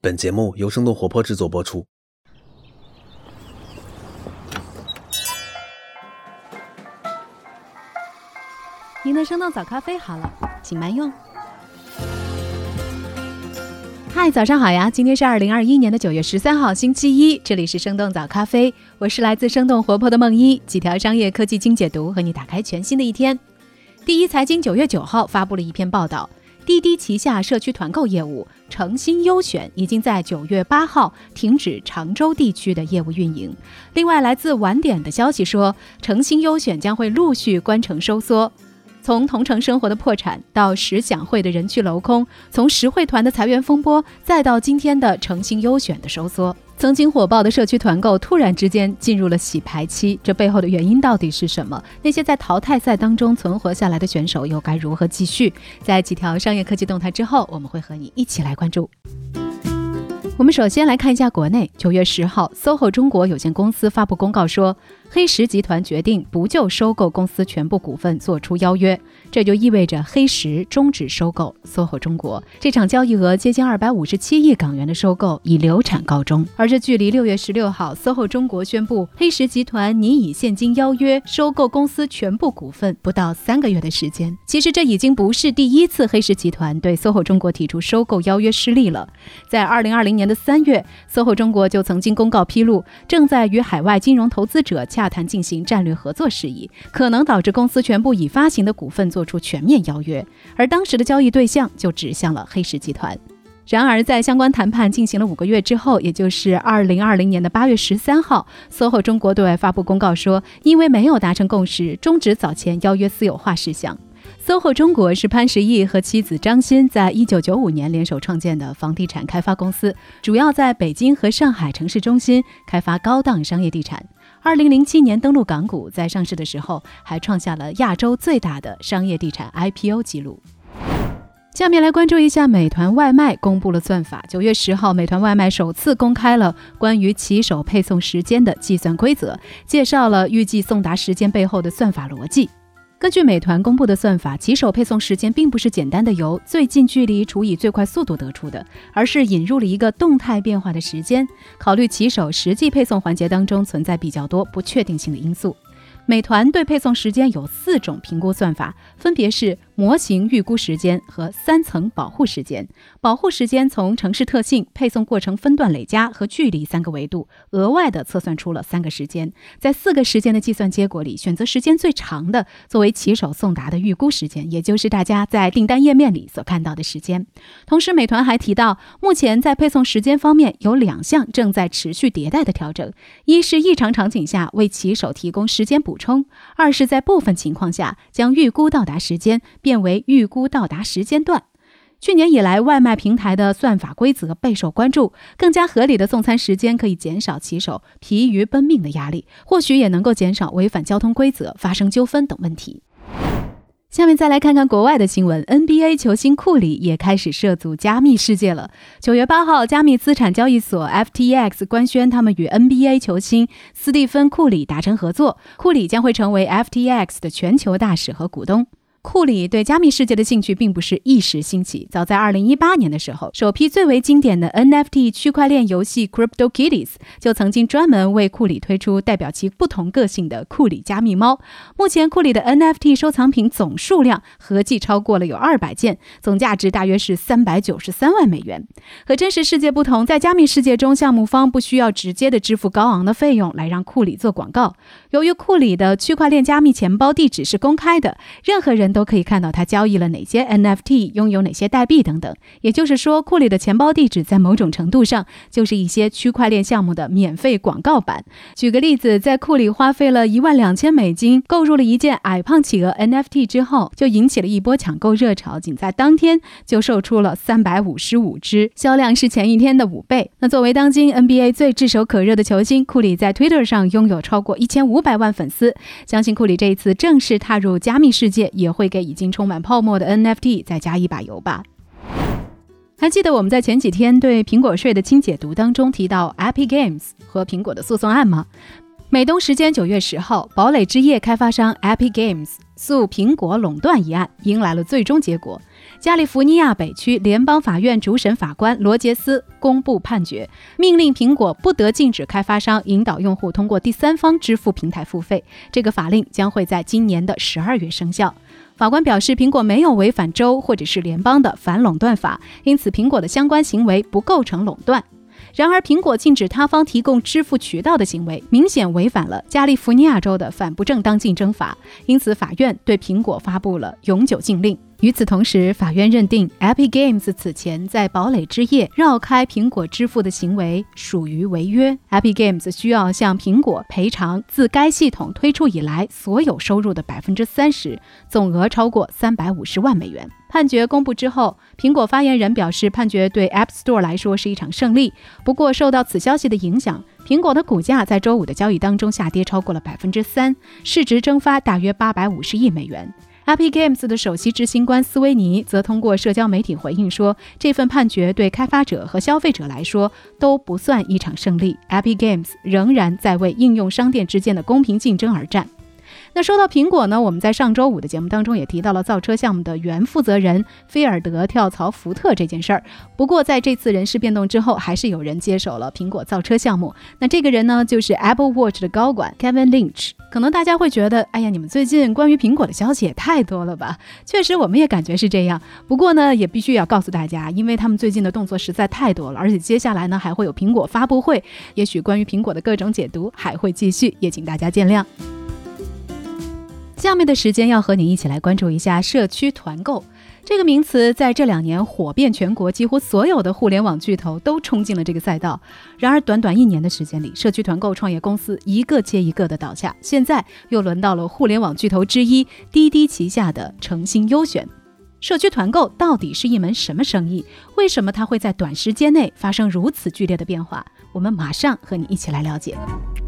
本节目由生动活泼制作播出。 您的生动早咖啡好了，请慢用。嗨，早上好呀！今天是2021年9月13号，星期一，这里是生动早咖啡，我是来自生动活泼的梦一，几条商业科技精解读，和你打开全新的一天。第一财经9月9号发布了一篇报道，滴滴旗下社区团购业务诚心优选已经在9月8号停止常州地区的业务运营。另外，来自晚点的消息说，诚心优选将会陆续关城收缩。从同城生活的破产到十享会的人去楼空，从实惠团的裁员风波，再到今天的诚心优选的收缩，曾经火爆的社区团购突然之间进入了洗牌期，这背后的原因到底是什么？那些在淘汰赛当中存活下来的选手又该如何继续？在几条商业科技动态之后，我们会和你一起来关注。我们首先来看一下国内。9月10号 SOHO 中国有限公司发布公告说，黑石集团决定不就收购公司全部股份做出邀约，这就意味着黑石终止收购 SOHO 中国。这场交易额接近257亿港元的收购以流产告终。而这距离6月16号 SOHO 中国宣布黑石集团拟以现金邀约收购公司全部股份不到3个月的时间。其实这已经不是第一次黑石集团对 SOHO 中国提出收购邀约失利了。在2020年的3月 SOHO 中国就曾经公告披露，正在与海外金融投资者洽谈进行战略合作事宜，可能导致公司全部已发行的股份做出全面邀约，而当时的交易对象就指向了黑石集团。然而在相关谈判进行了5个月之后，也就是2020年的8月13号 SOHO 中国对外发布公告说，因为没有达成共识，终止早前邀约私有化事项。SOHO 中国是潘石屹和妻子张欣在1995年联手创建的房地产开发公司，主要在北京和上海城市中心开发高档商业地产。2007年登陆港股，在上市的时候还创下了亚洲最大的商业地产 IPO 记录。下面来关注一下美团外卖公布了算法。9月10号，美团外卖首次公开了关于骑手配送时间的计算规则，介绍了预计送达时间背后的算法逻辑。根据美团公布的算法，骑手配送时间并不是简单的由最近距离除以最快速度得出的，而是引入了一个动态变化的时间，考虑骑手实际配送环节当中存在比较多不确定性的因素。美团对配送时间有4种评估算法，分别是模型预估时间和3层保护时间。保护时间从城市特性、配送过程分段累加和距离3个维度，额外的测算出了3个时间。在4个时间的计算结果里，选择时间最长的作为骑手送达的预估时间，也就是大家在订单页面里所看到的时间。同时，美团还提到，目前在配送时间方面有2项正在持续迭代的调整，一是异常场景下为骑手提供时间补充，二是在部分情况下将预估到达时间变为预估到达时间段。去年以来，外卖平台的算法规则备受关注，更加合理的送餐时间可以减少骑手疲于奔命的压力，或许也能够减少违反交通规则、发生纠纷等问题。下面再来看看国外的新闻。 NBA 球星库里也开始涉足加密世界了。9月8号，加密资产交易所 FTX 官宣他们与 NBA 球星斯蒂芬·库里达成合作，库里将会成为 FTX 的全球大使和股东。库里对加密世界的兴趣并不是一时兴起，早在2018年的时候，首批最为经典的 NFT 区块链游戏 CryptoKitties 就曾经专门为库里推出代表其不同个性的库里加密猫。目前库里的 NFT 收藏品总数量合计超过了有200件，总价值大约是393万美元。和真实世界不同，在加密世界中，项目方不需要直接的支付高昂的费用来让库里做广告。由于库里的区块链加密钱包地址是公开的，任何人都可以看到他交易了哪些 NFT， 拥有哪些代币等等。也就是说，库里的钱包地址在某种程度上就是一些区块链项目的免费广告版。举个例子，在库里花费了12000美金购入了一件矮胖企鹅 NFT 之后，就引起了一波抢购热潮，仅在当天就售出了355只，销量是前一天的5倍。那作为当今 NBA 最炙手可热的球星，库里在 Twitter 上拥有超过1500万粉丝，相信库里这一次正式踏入加密世界，也会给已经充满泡沫的 NFT 再加一把油吧。还记得我们在前几天对苹果税的轻解读当中提到 Epic Games 和苹果的诉讼案吗？美东时间9月10号，堡垒之夜开发商 Epic Games 诉苹果垄断一案迎来了最终结果。加利福尼亚北区联邦法院主审法官罗杰斯公布判决，命令苹果不得禁止开发商引导用户通过第三方支付平台付费。这个法令将会在今年的12月生效。法官表示，苹果没有违反州或者是联邦的反垄断法，因此苹果的相关行为不构成垄断。然而，苹果禁止他方提供支付渠道的行为明显违反了加利福尼亚州的反不正当竞争法，因此法院对苹果发布了永久禁令。与此同时，法院认定 Epic Games 此前在堡垒之夜绕开苹果支付的行为属于违约。Epic Games 需要向苹果赔偿自该系统推出以来所有收入的 30%， 总额超过350万美元。判决公布之后，苹果发言人表示，判决对 App Store 来说是一场胜利。不过，受到此消息的影响，苹果的股价在周五的交易当中下跌超过了 3%， 市值蒸发大约850亿美元。Epic Games 的首席执行官斯威尼则通过社交媒体回应说，这份判决对开发者和消费者来说都不算一场胜利， Epic Games 仍然在为应用商店之间的公平竞争而战。那说到苹果呢，我们在上周五的节目当中也提到了造车项目的原负责人菲尔德跳槽福特这件事儿。不过在这次人事变动之后，还是有人接手了苹果造车项目。那这个人呢，就是 Apple Watch 的高管 Kevin Lynch。 可能大家会觉得，哎呀，你们最近关于苹果的消息也太多了吧。确实我们也感觉是这样，不过呢也必须要告诉大家，因为他们最近的动作实在太多了，而且接下来呢还会有苹果发布会，也许关于苹果的各种解读还会继续，也请大家见谅。下面的时间要和你一起来关注一下社区团购。这个名词在这2年火遍全国，几乎所有的互联网巨头都冲进了这个赛道。然而短短1年的时间里，社区团购创业公司一个接一个的倒下，现在又轮到了互联网巨头之一滴滴旗下的诚信优选。社区团购到底是一门什么生意？为什么它会在短时间内发生如此剧烈的变化？我们马上和你一起来了解。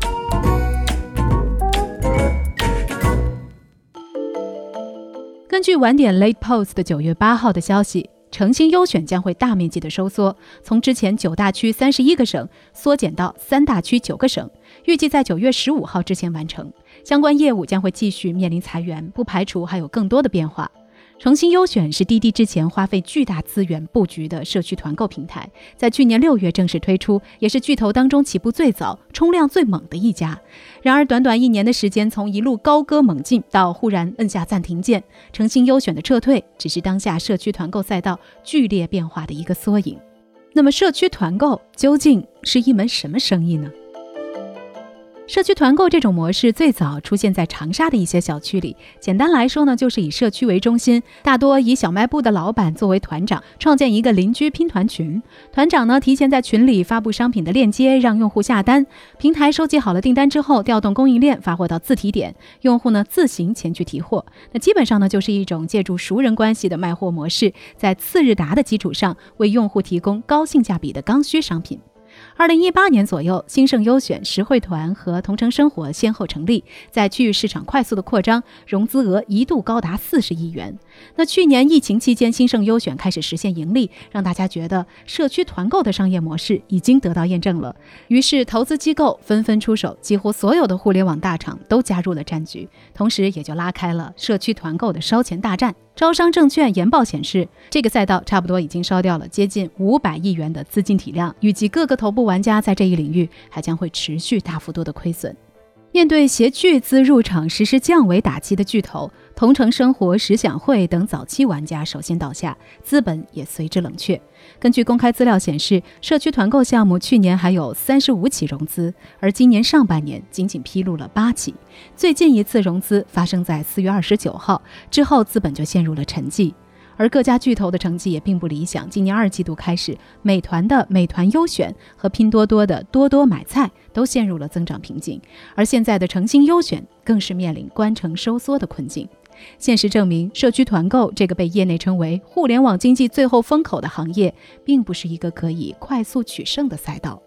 根据晚点 Late Post 的9月8号的消息，诚信优选将会大面积的收缩，从之前9大区31个省缩减到3大区9个省，预计在9月15号之前完成。相关业务将会继续面临裁员，不排除还有更多的变化。诚信优选是滴滴之前花费巨大资源布局的社区团购平台，在去年6月正式推出，也是巨头当中起步最早、冲量最猛的一家。然而短短1年的时间，从一路高歌猛进到忽然摁下暂停键，诚信优选的撤退只是当下社区团购赛道剧烈变化的一个缩影。那么社区团购究竟是一门什么生意呢？社区团购这种模式最早出现在长沙的一些小区里，简单来说呢，就是以社区为中心，大多以小卖部的老板作为团长，创建一个邻居拼团群。团长呢，提前在群里发布商品的链接，让用户下单。平台收集好了订单之后，调动供应链发货到自提点，用户呢自行前去提货。那基本上呢，就是一种借助熟人关系的卖货模式，在次日达的基础上，为用户提供高性价比的刚需商品。2018年左右，兴盛优选、实惠团和同城生活先后成立，在区域市场快速的扩张，融资额一度高达40亿元。那去年疫情期间，兴盛优选开始实现盈利，让大家觉得社区团购的商业模式已经得到验证了。于是投资机构纷纷出手，几乎所有的互联网大厂都加入了战局，同时也就拉开了社区团购的烧钱大战。招商证券研报显示，这个赛道差不多已经烧掉了接近500亿元的资金体量，预计各个头部玩家在这一领域还将会持续大幅度的亏损。面对携巨资入场实施降维打击的巨头，同城生活、时享会等早期玩家首先倒下，资本也随之冷却。根据公开资料显示，社区团购项目去年还有35起融资，而今年上半年仅披露了8起。最近一次融资发生在4月29号，之后资本就陷入了沉寂。而各家巨头的成绩也并不理想，今年2季度开始，美团的美团优选和拼多多的多多买菜都陷入了增长瓶颈，而现在的诚信优选更是面临关城收缩的困境。现实证明，社区团购这个被业内称为互联网经济最后风口的行业，并不是一个可以快速取胜的赛道。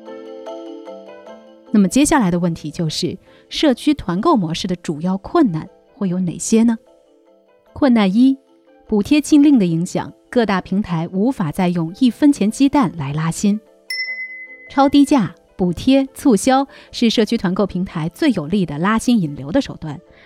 那么接下来的问题就是，社区团购模式的主要困难会有哪些呢？困难1，补贴禁令的影响，各大平台无法再用1分钱鸡蛋来拉新。超低价、补贴、促销是社区团购平台最有力的拉新引流的手段，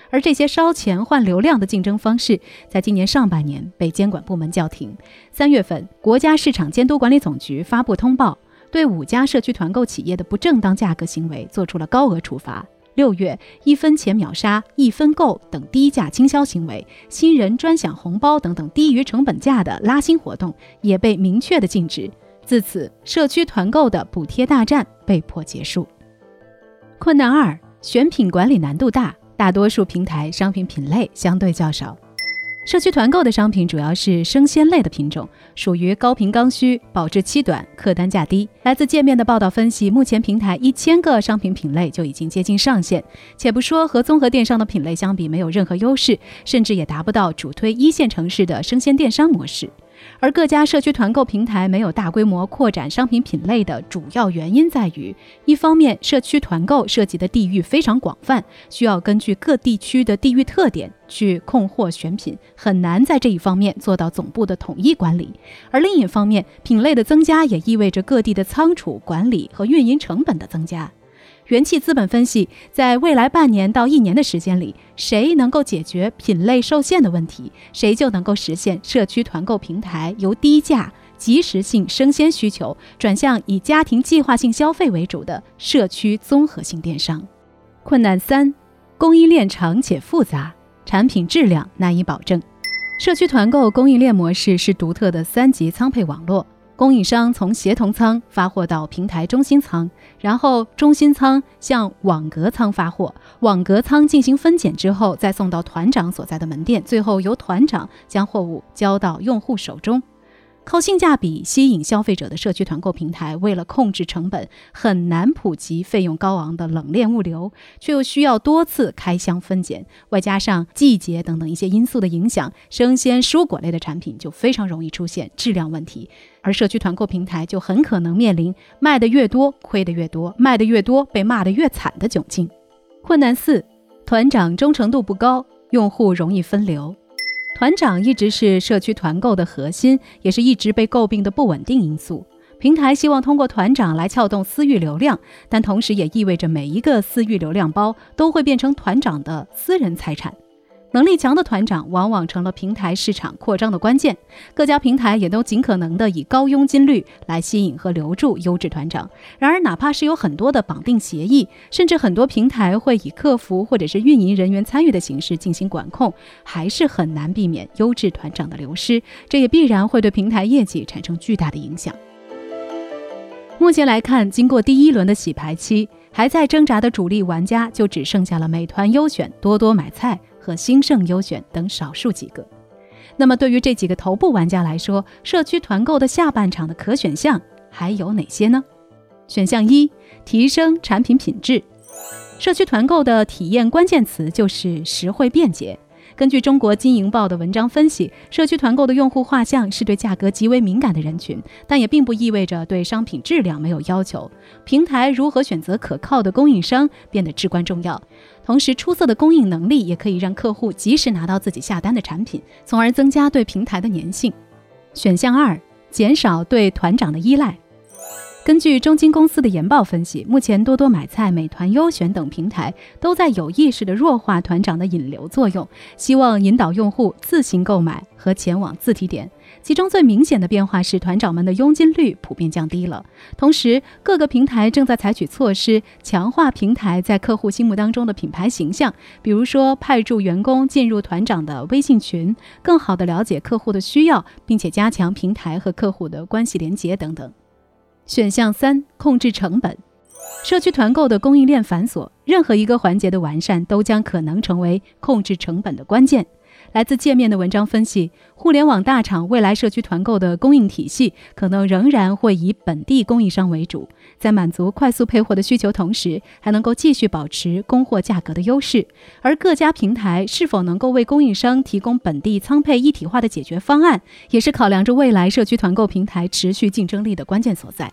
而这些烧钱换流量的竞争方式，在今年上半年被监管部门叫停。3月份，国家市场监督管理总局发布通报，对5家社区团购企业的不正当价格行为做出了高额处罚。6月，1分钱秒杀、1分购等低价倾销行为，新人专享红包等等低于成本价的拉新活动也被明确的禁止。自此，社区团购的补贴大战被迫结束。困难2，选品管理难度大，大多数平台商品品类相对较少。社区团购的商品主要是生鲜类的品种，属于高频刚需，保质期短，客单价低。来自界面的报道分析，目前平台1000个商品品类就已经接近上限，且不说和综合电商的品类相比没有任何优势，甚至也达不到主推1线城市的生鲜电商模式。而各家社区团购平台没有大规模扩展商品品类的主要原因在于，一方面社区团购涉及的地域非常广泛，需要根据各地区的地域特点去控货选品，很难在这一方面做到总部的统一管理。而另一方面，品类的增加也意味着各地的仓储管理和运营成本的增加。元气资本分析，在未来半年到1年的时间里，谁能够解决品类受限的问题，谁就能够实现社区团购平台由低价、即时性生鲜需求转向以家庭计划性消费为主的社区综合性电商。困难3，供应链长且复杂，产品质量难以保证。社区团购供应链模式是独特的3级仓配网络，供应商从协同仓发货到平台中心仓，然后中心仓向网格仓发货，网格仓进行分拣之后再送到团长所在的门店，最后由团长将货物交到用户手中。靠性价比吸引消费者的社区团购平台，为了控制成本，很难普及费用高昂的冷链物流，却又需要多次开箱分拣，外加上季节等等一些因素的影响，生鲜蔬果类的产品就非常容易出现质量问题，而社区团购平台就很可能面临卖得越多亏得越多，卖得越多被骂得越惨的窘境。困难4，团长忠诚度不高，用户容易分流。团长一直是社区团购的核心，也是一直被诟病的不稳定因素。平台希望通过团长来撬动私域流量，但同时也意味着每一个私域流量包都会变成团长的私人财产。能力强的团长往往成了平台市场扩张的关键，各家平台也都尽可能的以高佣金率来吸引和留住优质团长。然而哪怕是有很多的绑定协议，甚至很多平台会以客服或者是运营人员参与的形式进行管控，还是很难避免优质团长的流失，这也必然会对平台业绩产生巨大的影响。目前来看，经过第1轮的洗牌期，还在挣扎的主力玩家就只剩下了美团优选、多多买菜和兴盛优选等少数几个。那么对于这几个头部玩家来说，社区团购的下半场的可选项还有哪些呢？选项1，提升产品品质。社区团购的体验关键词就是实惠便捷。根据中国经营报的文章分析，社区团购的用户画像是对价格极为敏感的人群，但也并不意味着对商品质量没有要求。平台如何选择可靠的供应商变得至关重要，同时出色的供应能力也可以让客户及时拿到自己下单的产品，从而增加对平台的粘性。选项2，减少对团长的依赖。根据中金公司的研报分析，目前多多买菜、美团优选等平台都在有意识地弱化团长的引流作用，希望引导用户自行购买和前往自提点。其中最明显的变化是团长们的佣金率普遍降低了，同时各个平台正在采取措施强化平台在客户心目当中的品牌形象，比如说派驻员工进入团长的微信群，更好地了解客户的需要，并且加强平台和客户的关系连结等等。选项3，控制成本。社区团购的供应链繁琐，任何一个环节的完善都将可能成为控制成本的关键。来自界面的文章分析，互联网大厂未来社区团购的供应体系可能仍然会以本地供应商为主，在满足快速配货的需求同时，还能够继续保持供货价格的优势。而各家平台是否能够为供应商提供本地仓配一体化的解决方案，也是考量着未来社区团购平台持续竞争力的关键所在。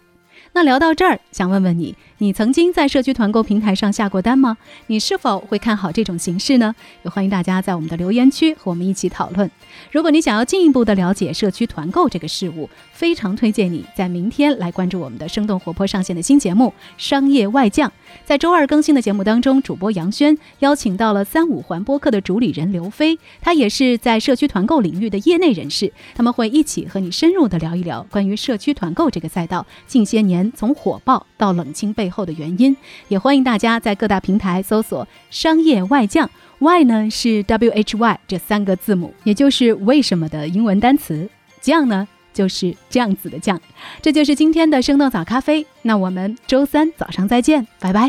那聊到这儿，想问问你，你曾经在社区团购平台上下过单吗？你是否会看好这种形式呢？也欢迎大家在我们的留言区和我们一起讨论。如果你想要进一步的了解社区团购这个事物，非常推荐你在明天来关注我们的生动活泼上线的新节目《商业外将》。在周二更新的节目当中，主播杨轩邀请到了35环播客的主理人刘飞，他也是在社区团购领域的业内人士，他们会一起和你深入的聊一聊关于社区团购这个赛道近些年从火爆到冷清背后的原因。也欢迎大家在各大平台搜索商业外将，Y 呢是 WHY 这3个字母，也就是为什么的英文单词，酱呢就是这样子的酱。这就是今天的生动早咖啡，那我们周3早上再见，拜拜。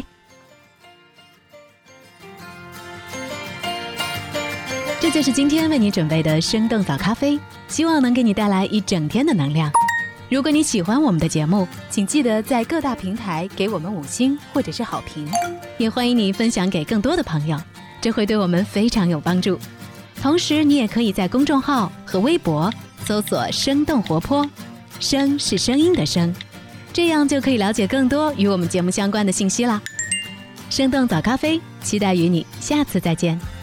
这就是今天为你准备的生动早咖啡，希望能给你带来一整天的能量。如果你喜欢我们的节目，请记得在各大平台给我们5星或者是好评，也欢迎你分享给更多的朋友，这会对我们非常有帮助。同时你也可以在公众号和微博搜索生动活泼，声是声音的声，这样就可以了解更多与我们节目相关的信息啦。生动早咖啡，期待与你下次再见。